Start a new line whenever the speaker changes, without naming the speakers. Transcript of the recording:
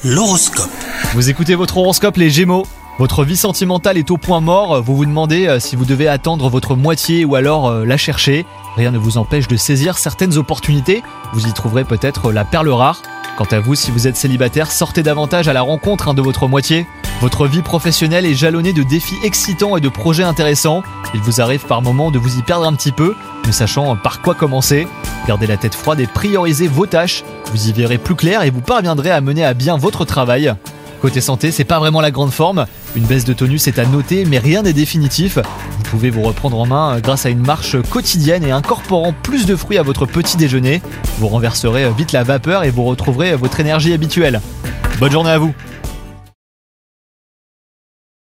L'horoscope.
Vous écoutez votre horoscope les Gémeaux. Votre vie sentimentale est au point mort, vous vous demandez si vous devez attendre votre moitié ou alors la chercher. Rien ne vous empêche de saisir certaines opportunités, vous y trouverez peut-être la perle rare. Quant à vous, si vous êtes célibataire, sortez davantage à la rencontre de votre moitié. Votre vie professionnelle est jalonnée de défis excitants et de projets intéressants. Il vous arrive par moments de vous y perdre un petit peu, ne sachant par quoi commencer. Gardez la tête froide et priorisez vos tâches. Vous y verrez plus clair et vous parviendrez à mener à bien votre travail. Côté santé, c'est pas vraiment la grande forme. Une baisse de tonus est à noter, mais rien n'est définitif. Vous pouvez vous reprendre en main grâce à une marche quotidienne et incorporant plus de fruits à votre petit déjeuner. Vous renverserez vite la vapeur et vous retrouverez votre énergie habituelle. Bonne journée à vous!